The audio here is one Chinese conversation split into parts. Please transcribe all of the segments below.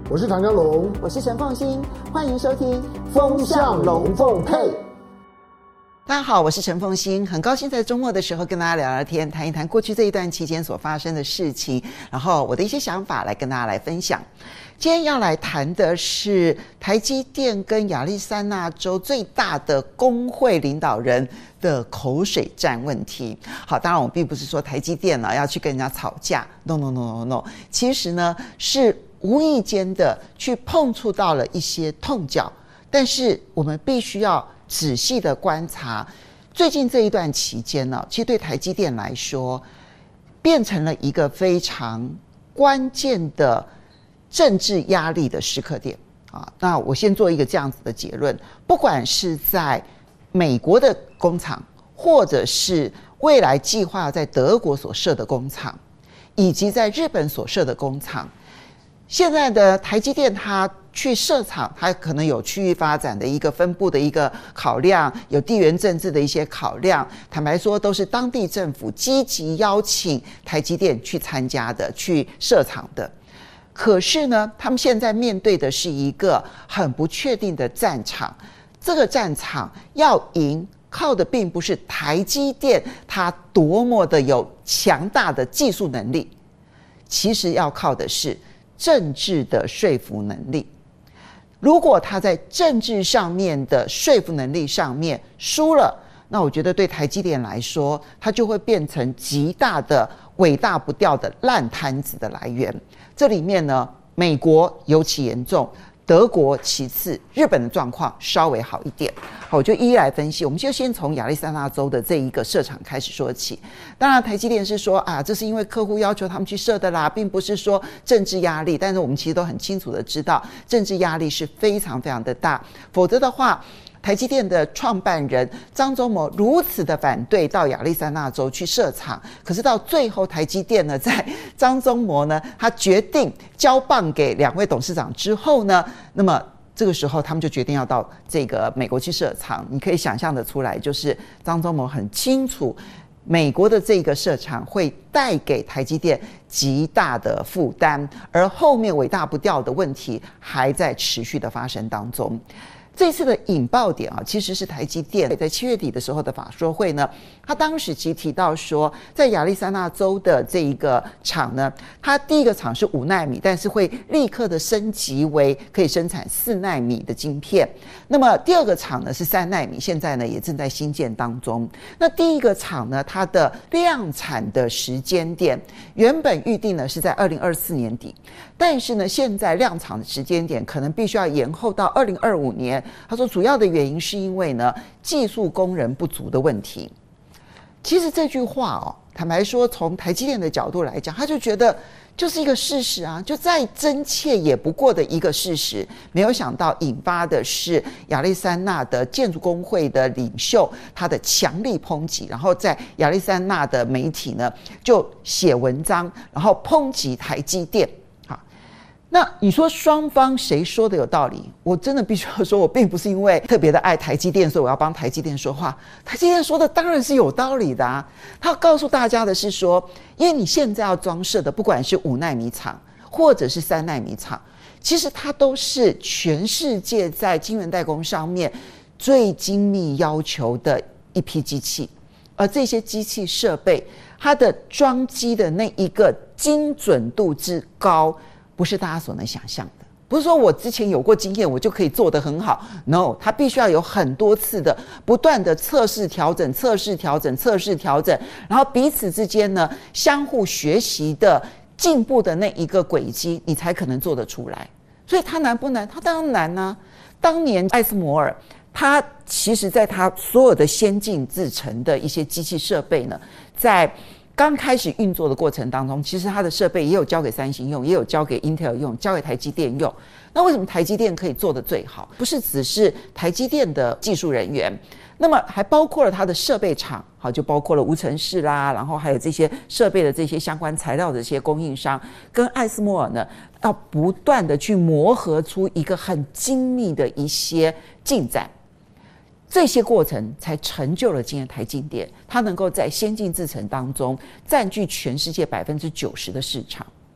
我是唐湘龙， 我是陈凤馨，欢迎收听 《风向龙凤配》。 大家好，我是陈凤馨，很高兴在周末的时候跟大家聊聊天，谈一谈过去这一段期间所发生的事情，然后我的一些想法来跟大家来分享。今天要来谈的是台积电跟亚利桑那州最大的工会领导人的口水战问题。好，当然我并不是说台积电要去跟人家吵架 ，no， 其实呢是无意间的去碰触到了一些痛脚，但是我们必须要仔细的观察，最近这一段期间呢，其实对台积电来说，变成了一个非常关键的政治压力的时刻点啊。那我先做一个这样子的结论，不管是在美国的工厂，或者是未来计划在德国所设的工厂，以及在日本所设的工厂，现在的台积电它去设厂，它可能有区域发展的一个分布的一个考量，有地缘政治的一些考量。坦白说，都是当地政府积极邀请台积电去参加的，去设厂的。可是呢，他们现在面对的是一个很不确定的战场。这个战场要赢，靠的并不是台积电它多么的有强大的技术能力，其实要靠的是政治的说服能力。如果他在政治上面的说服能力上面输了，那我觉得对台积电来说，它就会变成极大的尾大不掉的烂摊子的来源。这里面呢，美国尤其严重，德国其次，日本的状况稍微好一点。好，我就一一来分析。我们就先从亚利桑那州的这一个设厂开始说起。当然，台积电是说啊，这是因为客户要求他们去设的啦，并不是说政治压力。但是我们其实都很清楚的知道，政治压力是非常非常的大。否则的话，台积电的创办人张忠谋如此的反对到亚利桑那州去设厂，可是到最后台积电呢，在张忠谋呢，他决定交棒给两位董事长之后呢，那么这个时候他们就决定要到这个美国去设厂。你可以想象的出来，就是张忠谋很清楚美国的这个设厂会带给台积电极大的负担，而后面尾大不掉的问题还在持续的发生当中。这次的引爆点啊，其实是台积电在7月底的时候的法说会呢，他当时其实提到说，在亚利桑那州的这一个厂呢，它第一个厂是5奈米，但是会立刻的升级为可以生产4奈米的晶片。那么第二个厂呢是3奈米，现在呢也正在兴建当中。那第一个厂呢，它的量产的时间点原本预定呢是在2024年底，但是呢现在量产的时间点可能必须要延后到2025年。他说主要的原因是因为呢技术工人不足的问题。其实这句话坦白说从台积电的角度来讲，他就觉得就是一个事实啊，就再真切也不过的一个事实。没有想到引发的是亚利桑那的建筑工会的领袖他的强力抨击，然后在亚利桑那的媒体呢就写文章，然后抨击台积电。那你说双方谁说的有道理？我真的必须要说，我并不是因为特别的爱台积电，所以我要帮台积电说话。台积电说的当然是有道理的啊。他告诉大家的是说，因为你现在要装设的，不管是5奈米厂或者是3奈米厂，其实它都是全世界在晶圆代工上面最精密要求的一批机器，而这些机器设备，它的装机的那一个精准度之高，不是大家所能想象的。不是说我之前有过经验我就可以做得很好 ，no， 它必须要有很多次的不断的测试调整、测试调整、测试调整，然后彼此之间呢相互学习的进步的那一个轨迹，你才可能做得出来。所以它难不难？它当然难啊。当年艾斯摩尔，他其实在他所有的先进制程的一些机器设备呢，在刚开始运作的过程当中，其实它的设备也有交给三星用，也有交给 Intel 用，交给台积电用。那为什么台积电可以做得最好？不是只是台积电的技术人员，那么还包括了它的设备厂，好，就包括了无尘室啦，然后还有这些设备的这些相关材料的这些供应商，跟艾斯摩尔呢，要不断的去磨合出一个很精密的一些进展。这些过程才成就了今天台积电，它能够在先进制程当中占据全世界90%的市场。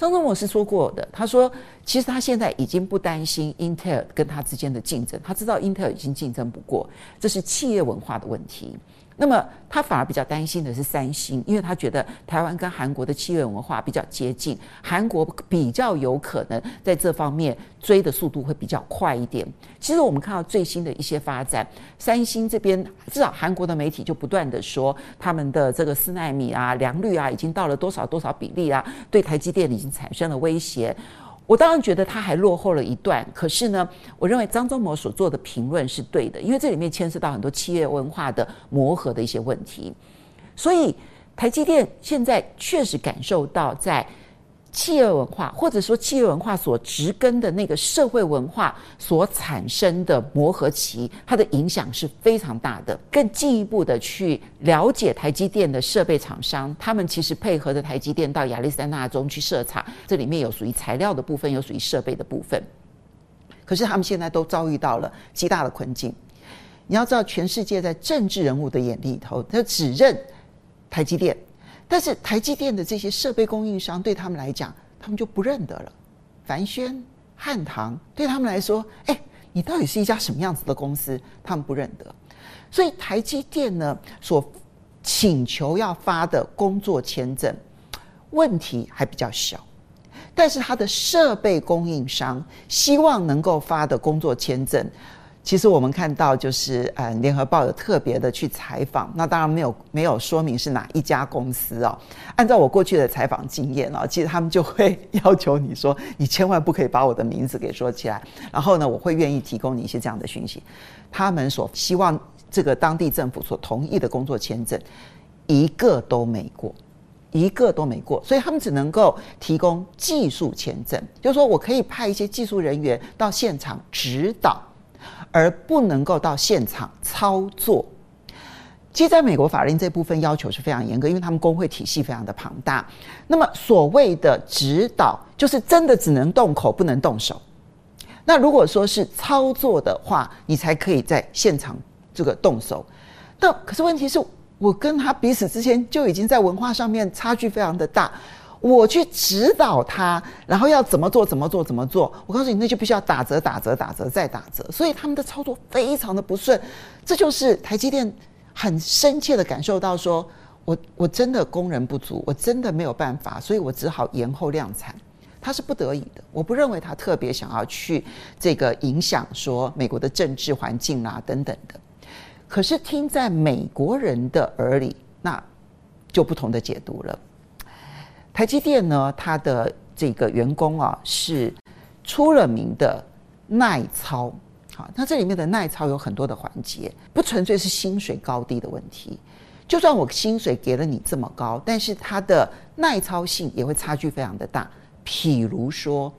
张忠谋是说过的，他说其实他现在已经不担心 Intel 跟他之间的竞争，他知道 Intel 已经竞争不过，这是企业文化的问题。那么他反而比较担心的是三星，因为他觉得台湾跟韩国的企业文化比较接近，韩国比较有可能在这方面追的速度会比较快一点。其实我们看到最新的一些发展，三星这边至少韩国的媒体就不断的说他们的这个4奈米啊、良率啊已经到了多少多少比例啊，对台积电已经产生了威胁。我当然觉得他还落后了一段，可是呢，我认为张忠谋所做的评论是对的，因为这里面牵涉到很多企业文化的磨合的一些问题，所以台积电现在确实感受到在企业文化或者说企业文化所植根的那个社会文化所产生的磨合期，它的影响是非常大的。更进一步的去了解台积电的设备厂商，他们其实配合着台积电到亚利桑那州去设厂，这里面有属于材料的部分，有属于设备的部分。可是他们现在都遭遇到了极大的困境。你要知道，全世界在政治人物的眼里头，他只认台积电。但是台积电的这些设备供应商对他们来讲，他们就不认得了。凡轩、汉唐对他们来说，你到底是一家什么样子的公司？他们不认得。所以台积电呢，所请求要发的工作签证，问题还比较小。但是它的设备供应商希望能够发的工作签证，其实我们看到就是联合报有特别的去采访，那当然没有说明是哪一家公司哦。按照我过去的采访经验哦，其实他们就会要求你说，你千万不可以把我的名字给说起来，然后呢，我会愿意提供你一些这样的讯息。他们所希望这个当地政府所同意的工作签证，一个都没过。一个都没过，所以他们只能够提供技术签证，就是说我可以派一些技术人员到现场指导，而不能够到现场操作。其实在美国法令这部分要求是非常严格，因为他们工会体系非常的庞大。那么所谓的指导，就是真的只能动口不能动手。那如果说是操作的话，你才可以在现场这个动手。那可是问题是，我跟他彼此之间就已经在文化上面差距非常的大，我去指导他，然后要怎么做，我告诉你，那就必须要打折再打折，所以他们的操作非常的不顺。这就是台积电很深切的感受到说，我真的工人不足，我真的没有办法，所以我只好延后量产。他是不得已的，我不认为他特别想要去这个影响说美国的政治环境啊等等的。可是听在美国人的耳里，那就不同的解读了。台积电呢，它的这个员工啊是出了名的耐操。好，那这里面的耐操有很多的环节，不纯粹是薪水高低的问题。就算我薪水给了你这么高，但是它的耐操性也会差距非常的大。譬如说，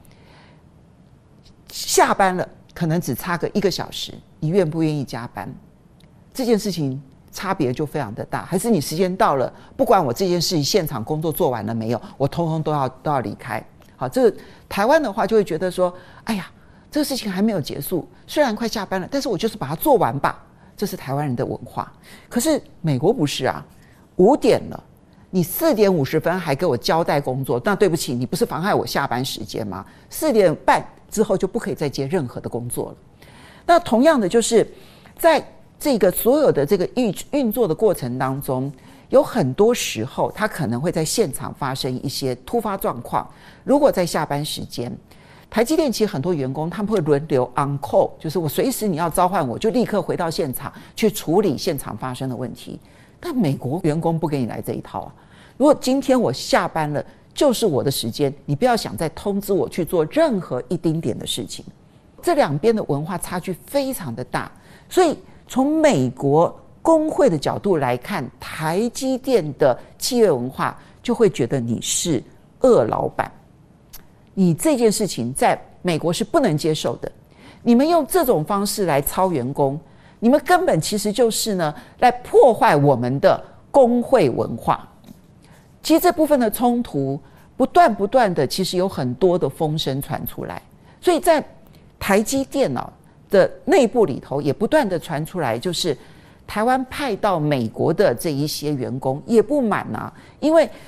下班了可能只差个1个小时，你愿不愿意加班？这件事情差别就非常的大。还是你时间到了，不管我这件事情现场工作做完了没有，我通通都要离开。好，这个台湾的话就会觉得说，哎呀，这个事情还没有结束，虽然快下班了，但是我就是把它做完吧。这是台湾人的文化。可是美国不是啊，5点了，你4点50分还给我交代工作，那对不起，你不是妨碍我下班时间吗？4点半之后就不可以再接任何的工作了。那同样的，就是在这个所有的这个运作的过程当中，有很多时候它可能会在现场发生一些突发状况。如果在下班时间，台积电其实很多员工他们会轮流 on call， 就是我随时你要召唤我就立刻回到现场去处理现场发生的问题。但美国员工不给你来这一套啊！如果今天我下班了，就是我的时间，你不要想再通知我去做任何一丁点的事情。这两边的文化差距非常的大，所以从美国工会的角度来看，台积电的企业文化就会觉得你是恶老板，你这件事情在美国是不能接受的。你们用这种方式来操员工，你们根本其实就是呢，来破坏我们的工会文化。其实这部分的冲突不断的，其实有很多的风声传出来，所以在台积电的内部里头也不断的传出来，就是台湾派到美国的这一些员工也不满啊，因为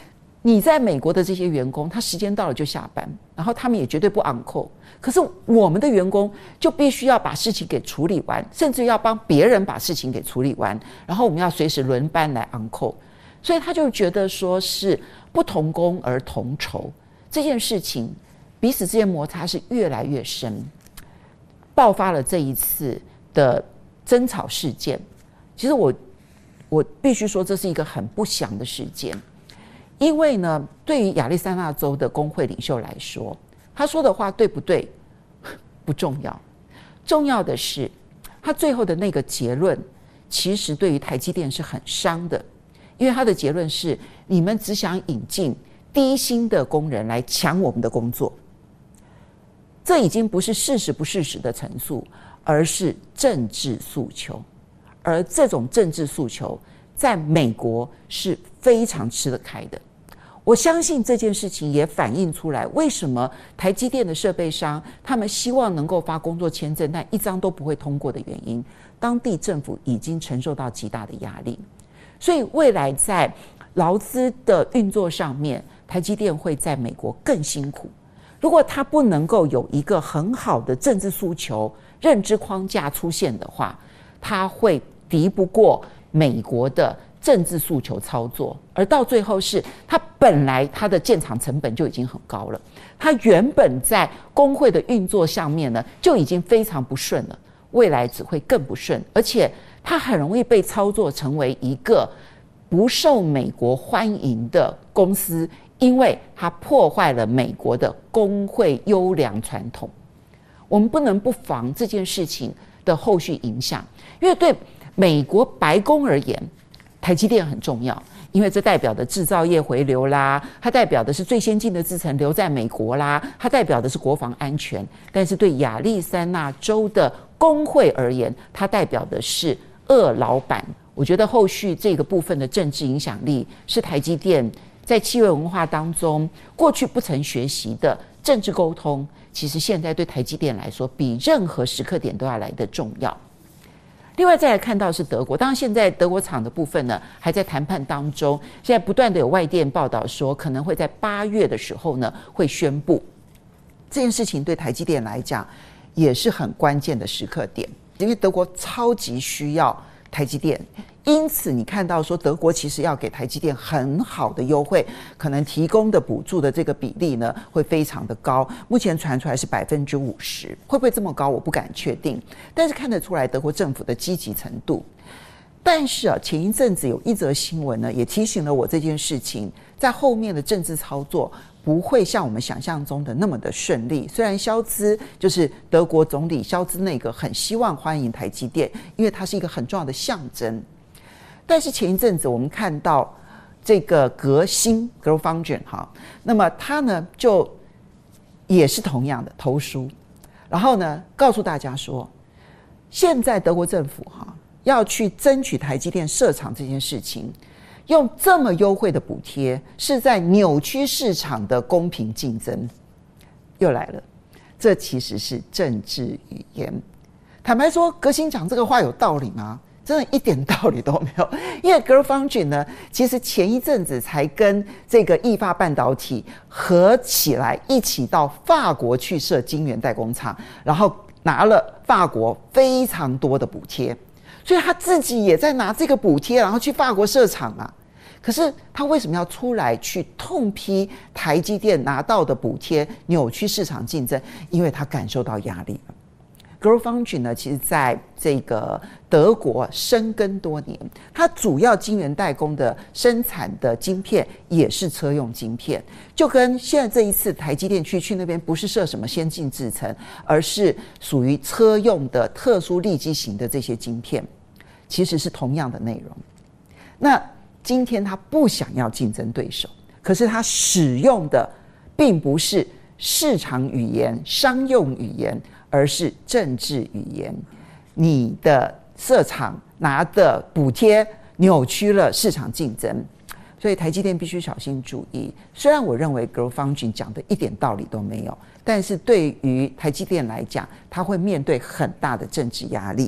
你在美国的这些员工，他时间到了就下班，然后他们也绝对不 on call。可是我们的员工就必须要把事情给处理完，甚至要帮别人把事情给处理完，然后我们要随时轮班来 on call。所以他就觉得说是不同工而同酬这件事情，彼此之间摩擦是越来越深，爆发了这一次的争吵事件。其实我必须说，这是一个很不祥的事件，因为呢，对于亚利桑那州的工会领袖来说，他说的话对不对不重要，重要的是他最后的那个结论，其实对于台积电是很伤的，因为他的结论是：你们只想引进低薪的工人来抢我们的工作，这已经不是事实不事实的陈述，而是政治诉求。而这种政治诉求在美国是非常吃得开的。我相信这件事情也反映出来，为什么台积电的设备商他们希望能够发工作签证，但一张都不会通过的原因，当地政府已经承受到极大的压力。所以未来在劳资的运作上面，台积电会在美国更辛苦。如果它不能够有一个很好的政治诉求认知框架出现的话，它会敌不过美国的政治诉求操作，而到最后是它本来它的建厂成本就已经很高了，它原本在工会的运作上面呢就已经非常不顺了，未来只会更不顺，而且它很容易被操作成为一个不受美国欢迎的公司，因为它破坏了美国的工会优良传统。我们不能不防这件事情的后续影响，因为对美国白宫而言，台积电很重要，因为这代表的制造业回流啦，它代表的是最先进的制程留在美国啦，它代表的是国防安全。但是对亚利桑那州的工会而言，它代表的是恶老板。我觉得后续这个部分的政治影响力是台积电在企业文化当中过去不曾学习的政治沟通，其实现在对台积电来说比任何时刻点都要来得重要。另外再来看到是德国，当然现在德国厂的部分呢还在谈判当中，现在不断的有外电报道说可能会在8月的时候呢会宣布。这件事情对台积电来讲也是很关键的时刻点，因为德国超级需要台积电，因此你看到说德国其实要给台积电很好的优惠，可能提供的补助的这个比例呢会非常的高，目前传出来是50%，会不会这么高我不敢确定，但是看得出来德国政府的积极程度。但是前一阵子有一则新闻呢也提醒了我这件事情，在后面的政治操作不会像我们想象中的那么的顺利。虽然肖兹就是德国总理肖兹内阁很希望欢迎台积电，因为它是一个很重要的象征，但是前一阵子我们看到这个革新 Grofunction 那么他呢就也是同样的投书，然后呢告诉大家说，现在德国政府要去争取台积电设厂这件事情，用这么优惠的补贴是在扭曲市场的公平竞争。又来了，这其实是政治语言。坦白说，革新讲这个话有道理吗？真的一点道理都没有。因为 Grofunction 呢，其实前一阵子才跟这个意法半导体合起来，一起到法国去设晶圆代工厂，然后拿了法国非常多的补贴，所以他自己也在拿这个补贴，然后去法国设厂啊。可是他为什么要出来去痛批台积电拿到的补贴扭曲市场竞争？因为他感受到压力了。Grofunction 呢，其实在这个德国深耕多年，它主要晶圆代工的生产的晶片也是车用晶片，就跟现在这一次台积电去那边不是设什么先进制程，而是属于车用的特殊利基型的这些晶片，其实是同样的内容。那今天他不想要竞争对手，可是他使用的并不是市场语言、商用语言，而是政治语言。你的设厂拿的补贴扭曲了市场竞争，所以台积电必须小心注意。虽然我认为 Grofunction 讲的一点道理都没有，但是对于台积电来讲，它会面对很大的政治压力。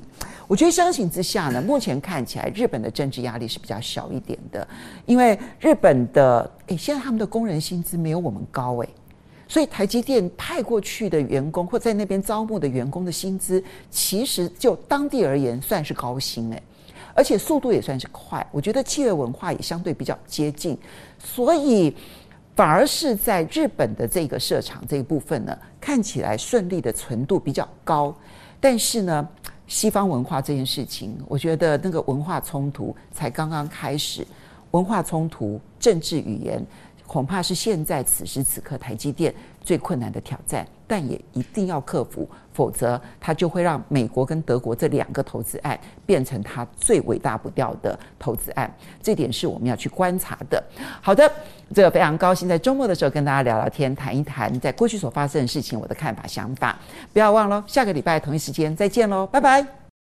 我觉得相形之下呢，目前看起来日本的政治压力是比较小一点的，因为日本的现在他们的工人薪资没有我们高所以台积电派过去的员工或在那边招募的员工的薪资，其实就当地而言算是高薪而且速度也算是快，我觉得企业文化也相对比较接近，所以反而是在日本的这个设厂这一部分呢，看起来顺利的程度比较高。但是呢，西方文化这件事情，我觉得那个文化冲突才刚刚开始，文化冲突、政治语言，恐怕是现在此时此刻台积电最困难的挑战，但也一定要克服，否则它就会让美国跟德国这2个投资案变成它最尾大不掉的投资案，这点是我们要去观察的。好的，这个非常高兴在周末的时候跟大家聊聊天，谈一谈在过去所发生的事情，我的看法、想法。不要忘了，下个礼拜同一时间再见喽，拜拜。